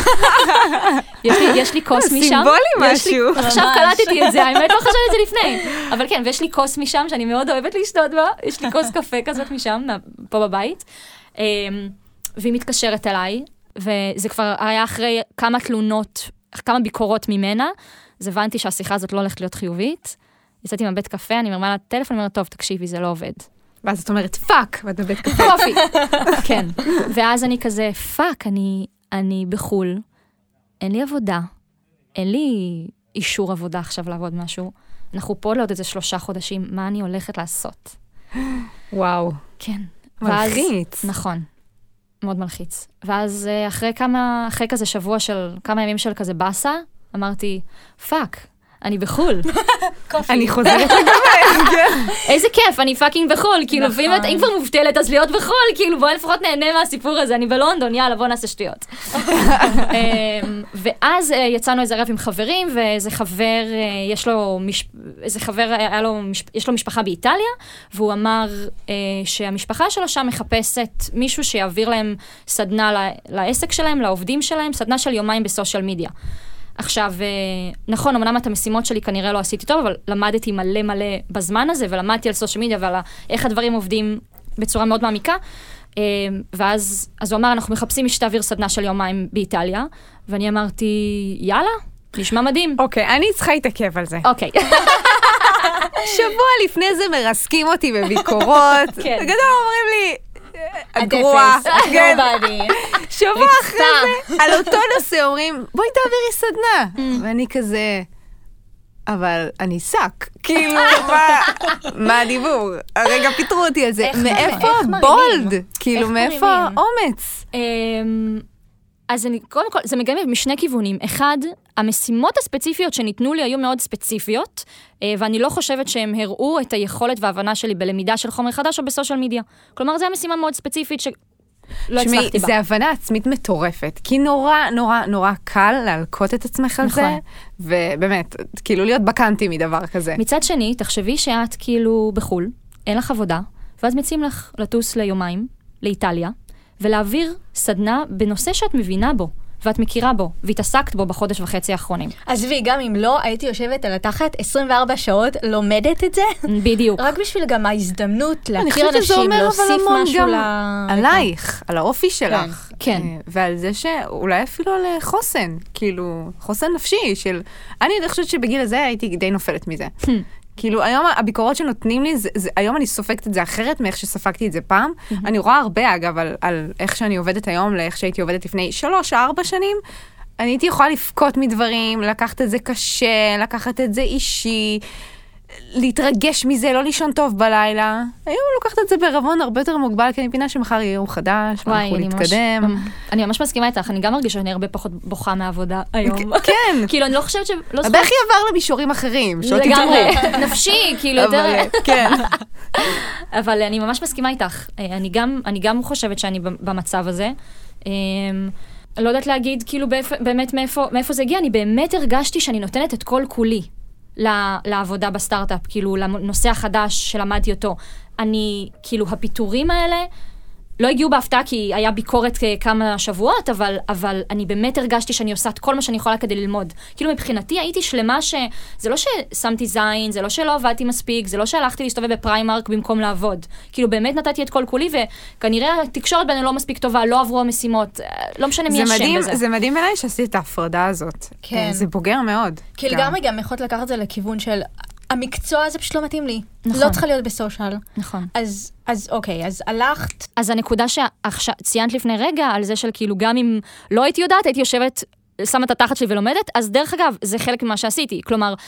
יש לי כוס משם. סימבולי משהו. עכשיו קלטתי את זה, האמת לא חשבתי את זה לפני. אבל כן, ויש לי כוס משם שאני מאוד אוהבת לשתות בה, יש לי כוס קפה כזאת משם, פה בבית. והיא מתקשרת אליי, וזה כבר היה אחרי כמה תלונות, כמה ביקורות ממנה, אז הבנתי שהשיחה הזאת לא הולכת להיות חיובית. יצאתי מהבית קפה, אני מרמה לה טלפון, אני אומרת, טוב, תקשיבי, זה לא עובד. ואז את אומרת, פאק, ואת בבית קפה. קופי. כן. ואז אני כזה, פאק, אני בחול, אין לי עבודה, אין לי אישור עבודה עכשיו לעבוד משהו, אנחנו פה לעוד איזה 3 חודשים, מה אני הולכת לעשות? וואו. כן. מלחיץ. נכון, מאוד מלחיץ. ואז אחרי כזה שבוע של, כמה ימים של כזה בסה, אמרתי, פאק, אני בחול. אני חוזרת לגבי. איזה כיף, אני פאקינג בחול, כאילו, אם כבר מובטלת, אז להיות בחול, כאילו, בואי לפחות נהנה מהסיפור הזה, אני בלונדון, יאללה, בוא נעשה שטויות. ואז יצאנו איזה ערב עם חברים, ואיזה חבר, יש לו משפחה באיטליה, והוא אמר שהמשפחה שלו שם מחפשת מישהו שיעביר להם סדנה לעסק שלהם, לעובדים שלהם, סדנה של יומיים בסושיאל מדיה. עכשיו, נכון, אמנם את המשימות שלי כנראה לא עשיתי טוב, אבל למדתי מלא מלא בזמן הזה, ולמדתי על סושיאל מדיה ועל איך הדברים עובדים בצורה מאוד מעמיקה. ואז הוא אמר, אנחנו מחפשים שתעביר סדנה של יומיים באיטליה, ואני אמרתי, יאללה, נשמע מדהים. אוקיי, אני צריכה להתעכב על זה. אוקיי. שבוע לפני זה מרסקים אותי בביקורות. כן. בגדול אומרים לי, הגרועה. שבוע אחרי זה, על אותו נושא אומרים, בואי תעבירי סדנה. ואני כזה, אבל אני סק. כאילו, מה הדיבור? הרגע פיתרו אותי על זה. מאיפה בולד? כאילו, מאיפה אומץ? אז קודם כל, זה מגיע משני כיוונים. אחד, המשימות הספציפיות שניתנו לי היו מאוד ספציפיות, ואני לא חושבת שהם הראו את היכולת וההבנה שלי בלמידה של חומר חדש או בסושיאל מדיה. כלומר, זו המשימה מאוד ספציפית שלא הצלחתי בה. זה הבנה עצמית מטורפת, כי נורא נורא נורא קל להלקות את עצמך על זה, ובאמת, כאילו להיות בקנטי מדבר כזה. מצד שני, תחשבי שאת כאילו בחול, אין לך עבודה, ואז מציעים לך לטוס ליומיים, לאיטליה, ולהעביר סדנה בנושא שאת מבינה בו, ואת מכירה בו, והתעסקת בו בחודש וחצי האחרונים. עזבי, גם אם לא, הייתי יושבת על התחת 24 שעות, לומדת את זה. בדיוק. רק בשביל גם ההזדמנות להכיר אנשים, להוסיף משהו עלייך, על האופי שלך. כן. ועל זה שאולי אפילו על חוסן, כאילו, חוסן נפשי של... אני חושבת שבגיל הזה הייתי די נופלת מזה. כאילו, היום הביקורות שנותנים לי, היום אני סופקת את זה אחרת מאיך שספקתי את זה פעם. אני רואה הרבה, אגב, על איך שאני עובדת היום, לאיך שהייתי עובדת לפני 3-4 שנים. אני הייתי יכולה לפקות מדברים, לקחת את זה קשה, לקחת את זה אישי, להתרגש מזה, לא לישון טוב בלילה. היום לוקחת את זה בערבון הרבה יותר מוגבל, כי אני מבינה שמחר יהיה יום חדש, ואנחנו נתקדם. אני ממש מסכימה איתך, אני גם מרגישה שאני הרבה פחות בוכה מהעבודה היום. כן. כאילו, אני לא חושבת ש... הבכי עבר למישורים אחרים, שלא תתארו. לגמרי, נפשי, כאילו, יותר... כן. אבל אני ממש מסכימה איתך. אני גם חושבת שאני במצב הזה. לא יודעת להגיד, כאילו, באמת מאיפה זה הגיע. אני באמת הרגשתי שאני נותנת את כל כולי. לעבודה בסטארט-אפ, כאילו, לנושא החדש שלמדתי אותו. כאילו, הפיתורים האלה לא הגיעו בהפתעה, כי היה ביקורת כמה שבועות, אבל אני באמת הרגשתי שאני עושה את כל מה שאני יכולה כדי ללמוד. כאילו, מבחינתי הייתי שלמה זה לא ששמתי זין, זה לא שלא עבדתי מספיק, זה לא שהלכתי להסתובב בפריימרק במקום לעבוד. כאילו, באמת נתתי את כל כולי, וכנראה התקשורת בינינו לא מספיק טובה, לא עברו המשימות, לא משנה מי השם בזה. זה מדהים בעיניי שעשיתי את ההפרדה הזאת. כן. זה בוגר מאוד. כי לגמרי גם יכולת לקחת את זה לכיוון של... המקצוע הזה פשוט לא מתאים לי. נכון. לא צריכה להיות בסושיאל. נכון. אז אוקיי, אז הלכת... אז הנקודה שציינת לפני רגע, על זה של כאילו גם אם לא הייתי יודעת, הייתי יושבת, שמה את התחת שלי ולומדת, אז דרך אגב, זה חלק ממה שעשיתי. כלומר,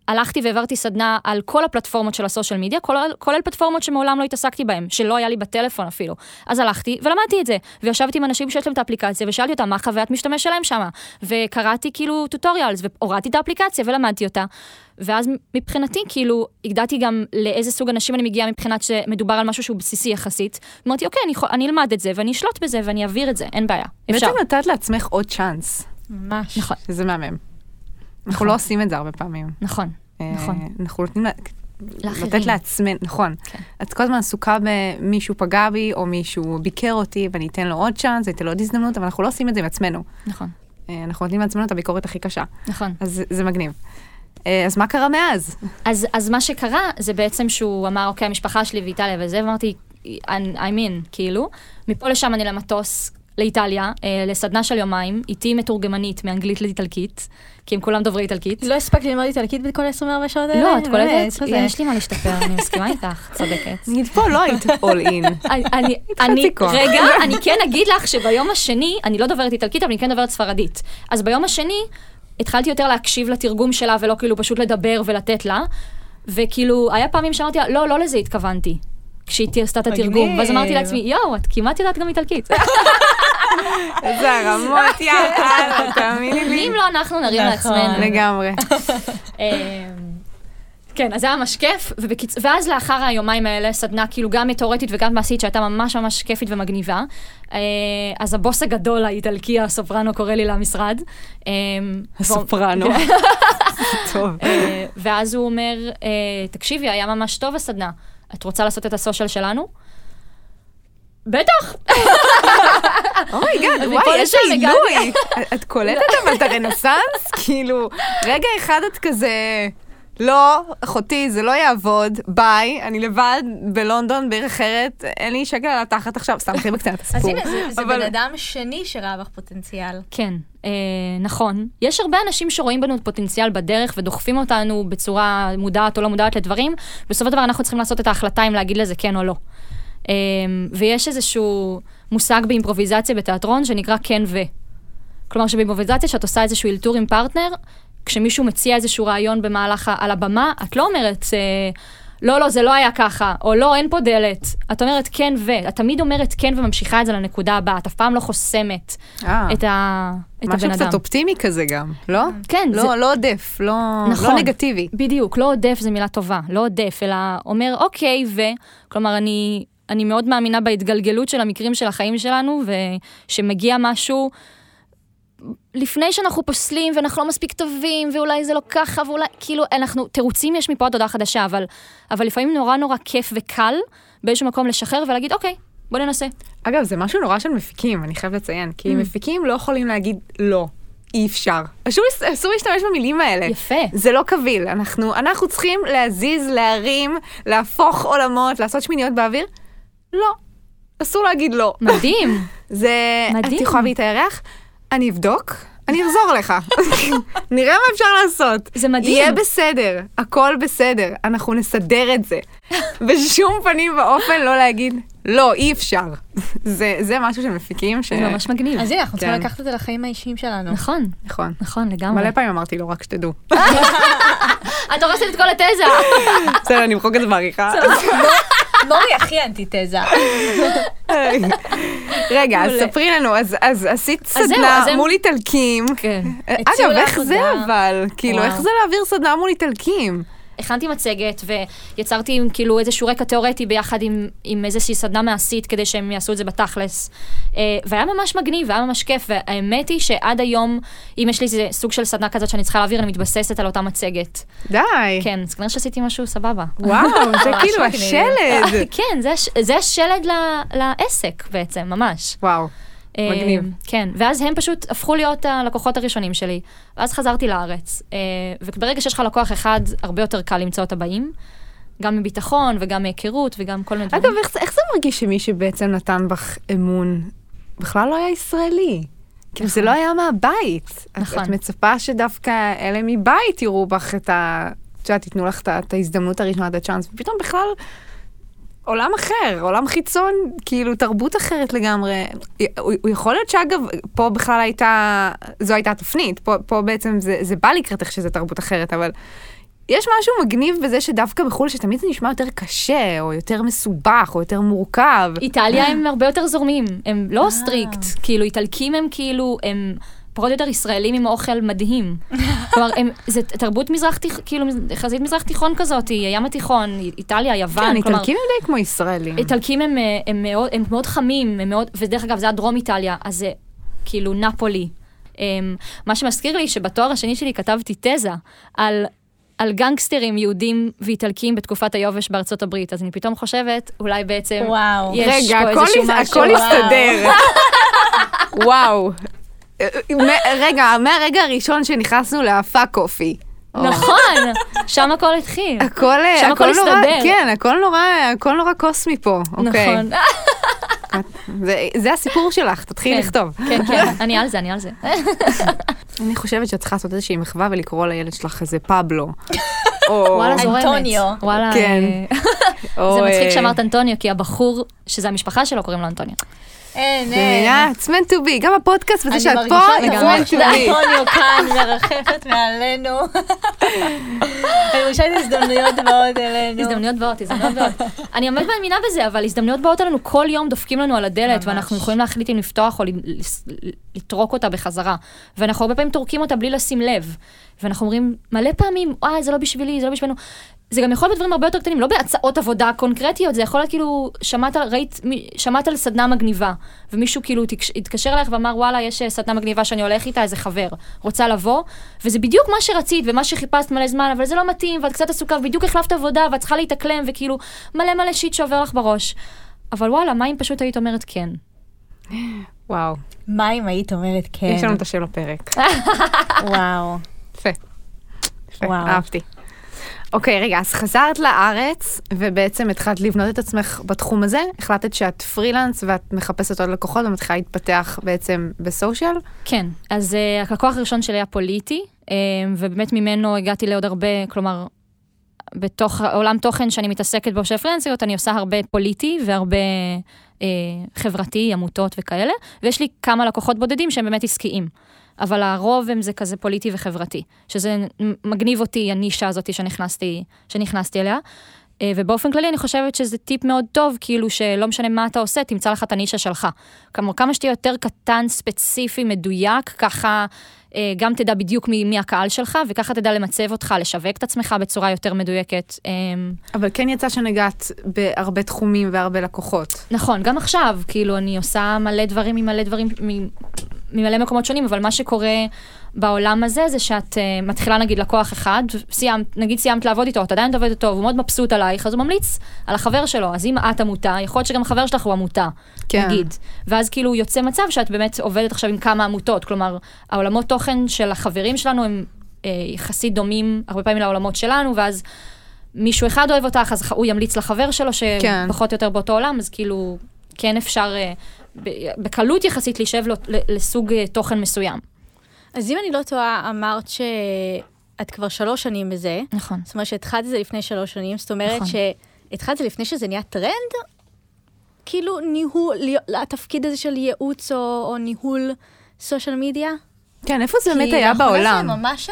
הלכתי והעברתי סדנה על כל הפלטפורמות של הסושיאל מדיה, כולל פלטפורמות שמעולם לא התעסקתי בהן, שלא היה לי בטלפון אפילו. אז הלכתי ולמדתי את זה, וישבתי עם אנשים שיש להם את האפליקציה, ושאלתי אותם מה חוויית משתמש שלהם שמה, וקראתי כאילו טוטוריאלס, והורדתי את האפליקציה ולמדתי אותה. ואז מבחינתי, כאילו, הגדעתי גם לאיזה סוג אנשים אני מגיעה מבחינת שמדובר על משהו שהוא בסיסי יחסית. אמרתי, אוקיי, אני אלמד את זה, ואני אשלוט בזה, ואני אעביר את זה, אין בעיה. אפשר. בעצם נתת לעצמך עוד צ'אנס. ממש. נכון. שזה מהמם. אנחנו לא עושים את זה הרבה פעמים. נכון, נכון. אנחנו נותנים לאחרים. לתת לעצמנו, נכון. את כל הזמן עסוקה במישהו פגע בי, או מישהו ביקר אותי, ואני אתן לו עוד צ'אנס, אני אתן לו עוד הזדמנות, אבל אנחנו לא עושים את זה עם עצמנו. נכון. אנחנו נותנים לעצמנו את הביקורת הכי קשה. נכון. אז זה מגניב. אז מה קרה מאז? אז מה שקרה, זה בעצם שהוא אמר, אוקיי, המשפחה שלי ואיטליה וזה, ואמרתי, I mean, כאילו, מפה לשם אני למטוס לאיטליה, לסדנה של יומיים, איתי מתורגמנית מאנגלית לאיטלקית, כי הם כולם דוברי איטלקית. לא הספקתי ללמוד איטלקית בכל 24 שעות האלה? לא, את קולטת? יש לי מה להשתפר, אני מסכימה איתך, צודקת. נגיד פה לא היית all in. רגע, אני כן אגיד לך שביום השני, אני לא דוברת איטלקית, אבל אני כן דוברת ספרדית. אז ביום השני, התחלתי יותר להקשיב לתרגום שלה, ולא כאילו פשוט לדבר ולתת לה, וכאילו, היה פעמים שאמרתי, לא לזה התכוונתי, כשהיא עשתה את התרגום, ואז אמרתי לעצמי, יואו, את כמעט יודעת גם איטלקית. זה הרמות, יאללה, תאמיני לי. אם לא, אנחנו נרים לעצמנו. לגמרי. כן, אז זה היה ממש כיף, ואז לאחר היומיים האלה, סדנה כאילו גם תיאורטית וגם מעשית, שהייתה ממש ממש כיפית ומגניבה, אז הבוס הגדול האיטלקי, הסופרנו, קורא לי למשרד. הסופרנו. טוב. ואז הוא אומר, תקשיבי, היה ממש טוב הסדנה. את רוצה לעשות את הסושיאל שלנו? בטח! אומייגאד, וואי, איזה עילוי. את קולטת אבל את הרנסנס? כאילו, רגע אחד את כזה, לא, אחותי, זה לא יעבוד, ביי, אני לבד בלונדון, בעיר אחרת, אין לי שקל על התחת עכשיו, סתם הכי בקצת הסיפור. אז הנה, זה בן אדם שני שראה בך פוטנציאל. כן, נכון. יש הרבה אנשים שרואים בנו פוטנציאל בדרך ודוחפים אותנו בצורה מודעת או לא מודעת לדברים, בסופו של דבר אנחנו צריכים לעשות את ההחלטה אם להגיד לזה כן או לא. ויש איזשהו מושג באימפרוביזציה בתיאטרון שנקרא כן ו. כלומר שבאימפרוביזציה שאת עושה איזשהו אלתור עם פרטנר, כשמישהו מציע איזשהו רעיון במהלך על הבמה, את לא אומרת, לא, זה לא היה ככה, או לא, אין פה דלת. את אומרת כן ו. את תמיד אומרת כן וממשיכה את זה לנקודה הבאה. את אף פעם לא חוסמת את הבן אדם. משהו קצת אופטימי כזה גם, לא? כן. לא עודף, לא נגטיבי. בדיד, לא עודף זה מילה טובה, לא עודף, אלא אומר אוקיי ו. כלומר, אני מאוד מאמינה בהתגלגלות של המקרים של החיים שלנו, ושמגיע משהו לפני שאנחנו פוסלים, ואנחנו לא מספיק טובים, ואולי זה לא ככה, ואולי, כאילו, תירוצים יש מפה עד הודעה חדשה, אבל לפעמים נורא כיף וקל, באיזשהו מקום לשחרר ולהגיד, אוקיי, בוא ננסה. אגב, זה משהו נורא של מפיקים, אני חייב לציין, כי מפיקים לא יכולים להגיד לא, אי אפשר. אסור להשתמש במילים האלה. יפה. זה לא קביל, אנחנו צריכים להזיז, להרים, להפוך עולמות, לעשות שמיניות באוויר, לא. אסור להגיד לא. מדהים. זה, את יכולה ואת הירח, אני אבדוק, אני אחזור לך. נראה מה אפשר לעשות. זה מדהים. יהיה בסדר, הכל בסדר, אנחנו נסדר את זה. בשום פנים ואופן לא להגיד, לא, אי אפשר. זה משהו שמפיקים זה ממש מגניב. אז הנה, אנחנו צריכים לקחת את זה לחיים האישיים שלנו. נכון, לגמרי. מלא פעמים אמרתי לו, רק שתדעו. את הורסת את כל התזה. בסדר, אני אמחוק את זה בעריכה. מורי הכי אנטיתזה. רגע, אז ספרי לנו, אז עשית סדנה מול איטלקים. אגב, איך זה אבל? כאילו, איך זה להעביר סדנה מול איטלקים? הכנתי מצגת ויצרתי כאילו איזשהו רקע תיאורטי ביחד עם איזושהי סדנה מעשית כדי שהם יעשו את זה בתכלס. והיה ממש מגניב, והיה ממש כיף, והאמת היא שעד היום, אם יש לי איזה סוג של סדנה כזאת שאני צריכה להעביר, אני מתבססת על אותה מצגת. די. כן, אז כנראה שעשיתי משהו סבבה. וואו, זה כאילו השלד. כן, זה השלד לעסק בעצם, ממש. וואו. מגניב. כן, ואז הם פשוט הפכו להיות הלקוחות הראשונים שלי, ואז חזרתי לארץ, וברגע שיש לך לקוח אחד, הרבה יותר קל למצוא את הבאים, גם מביטחון וגם מהיכרות וגם כל מיני דברים. אגב, איך זה מרגיש שמי שבעצם נתן בך אמון, בכלל לא היה ישראלי? כאילו זה לא היה מהבית. את מצפה שדווקא אלה מבית יראו בך תיתנו לך את ההזדמנות הראשונה, את הצ'אנס, ופתאום בכלל עולם אחר, עולם חיצון, כאילו תרבות אחרת לגמרי. הוא יכול להיות שאגב, פה בכלל זו הייתה תפנית, פה בעצם זה בא לקראתך שזה תרבות אחרת, אבל יש משהו מגניב בזה שדווקא בחול שתמיד זה נשמע יותר קשה, או יותר מסובך, או יותר מורכב. איטליה הם הרבה יותר זורמים, הם לא סטריקט, כאילו איטלקים הם כאילו, הם פחות יותר ישראלים עם אוכל מדהים. כלומר, זה תרבות מזרח, כאילו חזית מזרח תיכון כזאת, הים התיכון, איטליה, יוון. כן, איטלקים הם די כמו ישראלים. איטלקים הם מאוד חמים, ודרך אגב זה הדרום איטליה, אז זה כאילו נפולי. מה שמזכיר לי שבתואר השני שלי כתבתי תזה על גנגסטרים יהודים ואיטלקים בתקופת היובש בארצות הברית, אז אני פתאום חושבת, אולי בעצם יש פה איזשהו משהו. הכל יסתדר. וואו. רגע, מהרגע הראשון שנכנסנו להפק קופי. נכון, שם הכל התחיל. שם הכל הסתדר. כן, הכל נורא קוסמי פה. נכון. זה הסיפור שלך, תתחילי לכתוב. כן, כן, אני על זה. אני חושבת שאת צריכה לעשות איזושהי מחווה ולקרוא לילד שלך איזה פבלו. וואלה, זורמת. אנטוניו. וואלה. כן. זה מצחיק שאמרת אנטוניו, כי הבחור, שזה המשפחה שלו, קוראים לו אנטוניו. It's meant to be, גם הפודקאסט וזה שאת פה, אני מרגישה את אנטוניו כאן מרחפת מעלינו. אני מרגישה את הזדמנויות באות אלינו. הזדמנויות באות. אני עומד מאמינה בזה, אבל הזדמנויות באות אלינו כל יום דופקים לנו על הדלת, ואנחנו יכולים להחליט אם לפתוח או לטרוק אותה בחזרה. ואנחנו הרבה פעמים טורקים אותה בלי לשים לב. ואנחנו אומרים מלא פעמים, זה לא בשבילי, זה לא בשבילנו. זה גם יכול להיות דברים הרבה יותר קטנים, לא בהצעות עבודה קונקרטיות, זה יכול להיות כאילו, שמעת על סדנה מגניבה, ומישהו כאילו התקשר אליך ואמר, וואלה, יש סדנה מגניבה שאני הולך איתה, איזה חבר, רוצה לבוא, וזה בדיוק מה שרצית, ומה שחיפשת מלא זמן, אבל זה לא מתאים, ואת קצת עסוקה, ובדיוק החלפת עבודה, ואת צריכה להתאקלם, וכאילו, מלא שיט שעובר לך בראש. אבל וואלה, מה אם פשוט היית אומרת כן? וואו. מה אם היית אומרת כן? יש לנו את השם לפרק. וואו. יפה, אהבתי. אוקיי, רגע, אז חזרת לארץ, ובעצם התחלת לבנות את עצמך בתחום הזה, החלטת שאת פרילנס, ואת מחפשת עוד לקוחות, ומתחילה להתפתח בעצם בסושיאל? כן, אז הלקוח הראשון שלי היה פוליטי, ובאמת ממנו הגעתי לעוד הרבה, כלומר, בתוך עולם תוכן שאני מתעסקת בו של פרילנסיות, אני עושה הרבה פוליטי, והרבה חברתי, עמותות וכאלה, ויש לי כמה לקוחות בודדים שהם באמת עסקיים. אבל הרוב הם זה כזה פוליטי וחברתי, שזה מגניב אותי, הנישה הזאת שנכנסתי אליה, ובאופן כללי אני חושבת שזה טיפ מאוד טוב, כאילו שלא משנה מה אתה עושה, תמצא לך את הנישה שלך. כמה שתהיה יותר קטן, ספציפי, מדויק, ככה גם תדע בדיוק מי הקהל שלך, וככה תדע למצב אותך, לשווק את עצמך בצורה יותר מדויקת. אבל כן יצא שנגעת בהרבה תחומים והרבה לקוחות. נכון, גם עכשיו, כאילו אני עושה מלא דברים ממלא מקומות שונים, אבל מה שקורה בעולם הזה, זה שאת מתחילה נגיד לקוח אחד, סיימת לעבוד איתו, את עדיין עובדת איתו, והוא מאוד מבסוט עלייך, אז הוא ממליץ על החבר שלו, אז אם את עמותה, יכול להיות שגם החבר שלך הוא עמותה, נגיד. ואז כאילו יוצא מצב שאת באמת עובדת עכשיו עם כמה עמותות, כלומר, העולמות תוכן של החברים שלנו הם יחסית דומים הרבה פעמים לעולמות שלנו, ואז מישהו אחד אוהב אותך, אז הוא ימליץ לחבר שלו, שפחות או יותר באותו עולם, אז כאילו כן אפשר בקלות יחסית להישב לסוג תוכן מסוים. אז אם אני לא טועה, אמרת שאת כבר 3 שנים בזה. נכון. זאת אומרת שהתחלת את זה לפני 3 שנים, זאת אומרת שהתחלת את זה לפני שזה נהיה טרנד, כאילו ניהול, התפקיד הזה של ייעוץ או ניהול סושיאל מדיה? כן, איפה זה באמת היה בעולם? זה ממש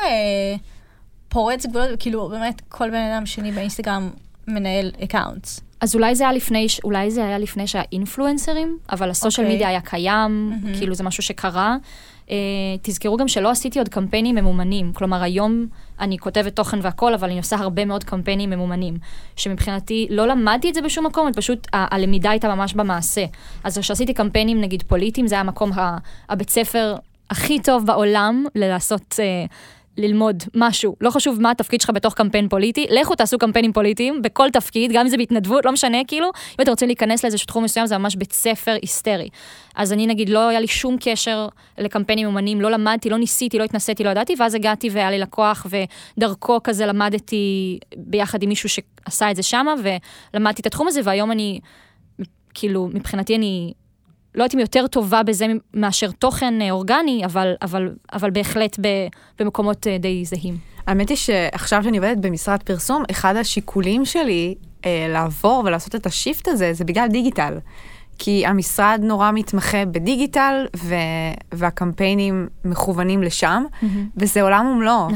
פורץ גבולות, כאילו באמת כל בן אדם שני באינסטגרם מנהל אקאונטס. אז אולי זה היה לפני שהאינפלואנסרים, אבל הסושיאל מדיה היה קיים, כאילו זה משהו שקרה. תזכרו גם שלא עשיתי עוד קמפיינים ממומנים, כלומר היום אני כותבת תוכן והכל, אבל אני עושה הרבה מאוד קמפיינים ממומנים, שמבחינתי לא למדתי את זה בשום מקום, פשוט הלמידה הייתה ממש במעשה. אז כשעשיתי קמפיינים נגיד פוליטיים, זה היה המקום הבית ספר הכי טוב בעולם לעשות ללמוד משהו, לא חשוב מה התפקיד שלך בתוך קמפיין פוליטי, לכו תעשו קמפיינים פוליטיים בכל תפקיד, גם אם זה בהתנדבות, לא משנה כאילו, אם אתם רוצים להיכנס לאיזשהו תחום מסוים, זה ממש בית ספר היסטרי. אז אני נגיד, לא היה לי שום קשר לקמפיינים ממומנים, לא למדתי, לא ניסיתי, לא התנסיתי, לא ידעתי, ואז הגעתי והיה לי לקוח, ודרכו כזה למדתי ביחד עם מישהו שעשה את זה שמה, ולמדתי את התחום הזה, והיום אני, כאילו, מבחינתי אני לא הייתי יותר טובה בזה מאשר תוכן אורגני, אבל בהחלט במקומות די זהים. האמת היא שעכשיו שאני עובדת במשרד פרסום, אחד השיקולים שלי לעבור ולעשות את השיפט הזה, זה בגלל דיגיטל. כי המשרד נורא מתמחה בדיגיטל, והקמפיינים מכוונים לשם, וזה עולם ומלואו. נכון.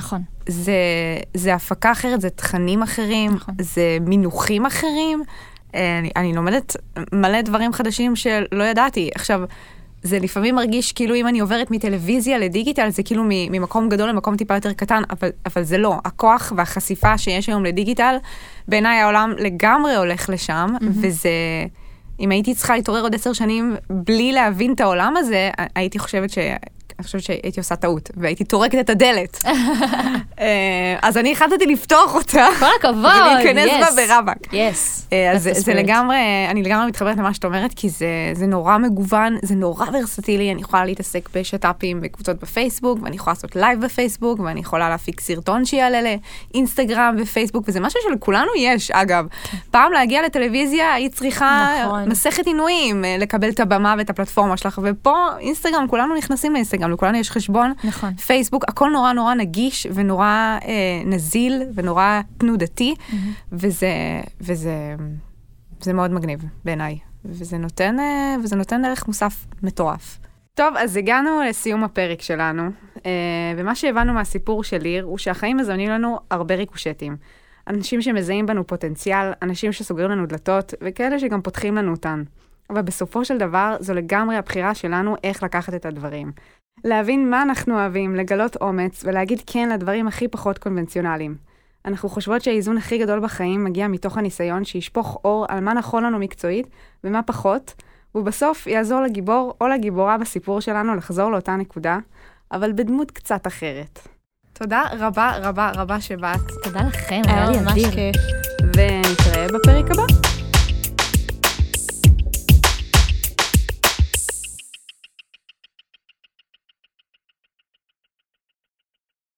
זה הפקה אחרת, זה תכנים אחרים, זה מינוחים אחרים. אני לומדת מלא דברים חדשים שלא ידעתי. עכשיו, זה לפעמים מרגיש כאילו אם אני עוברת מטלוויזיה לדיגיטל, זה כאילו ממקום גדול למקום טיפה יותר קטן, אבל זה לא. הכוח והחשיפה שיש היום לדיגיטל, בעיניי העולם לגמרי הולך לשם, וזה, אם הייתי צריכה להתעורר עוד 10 שנים בלי להבין את העולם הזה, הייתי חושבת אני חושבת שהייתי עושה טעות, והייתי טורקת את הדלת. אז אני החלטתי לפתוח אותה. כל הכבוד, ולהיכנס בה ברבק. אז זה לגמרי, אני לגמרי מתחברת למה שאת אומרת, כי זה נורא מגוון, זה נורא ורסטילי, אני יכולה להתעסק בשטאפים בקבוצות בפייסבוק, ואני יכולה לעשות לייב בפייסבוק, ואני יכולה להפיק סרטון שיעלה לאינסטגרם ופייסבוק, וזה משהו שלכולנו יש, אגב. פעם להגיע לטלוויזיה, היית צריכה מסכת עינויים, לקבל את הבמה ואת הפלטפורמה שלך, ופה אינסטגרם, כולנו נכנסים לאינסטגרם, לכולנו יש חשבון, פייסבוק, הכל נורא נורא נגיש ונורא נזיל ונורא תנודתי, וזה מאוד מגניב בעיניי, וזה נותן ערך מוסף מטורף. טוב, אז הגענו לסיום הפרק שלנו, ומה שהבנו מהסיפור של ליר הוא שהחיים מזמנים לנו הרבה ריקושטים. אנשים שמזהים בנו פוטנציאל, אנשים שסוגרים לנו דלתות, וכאלה שגם פותחים לנו אותן. אבל בסופו של דבר, זו לגמרי הבחירה שלנו איך לקחת את הדברים. להבין מה אנחנו אוהבים, לגלות אומץ, ולהגיד כן לדברים הכי פחות קונבנציונליים. אנחנו חושבות שהאיזון הכי גדול בחיים מגיע מתוך הניסיון שישפוך אור על מה נכון לנו מקצועית, ומה פחות, ובסוף יעזור לגיבור או לגיבורה בסיפור שלנו לחזור לאותה נקודה, אבל בדמות קצת אחרת. תודה רבה רבה רבה שבאת. תודה לכם, היה לי אדיר. ונתראה בפרק הבא.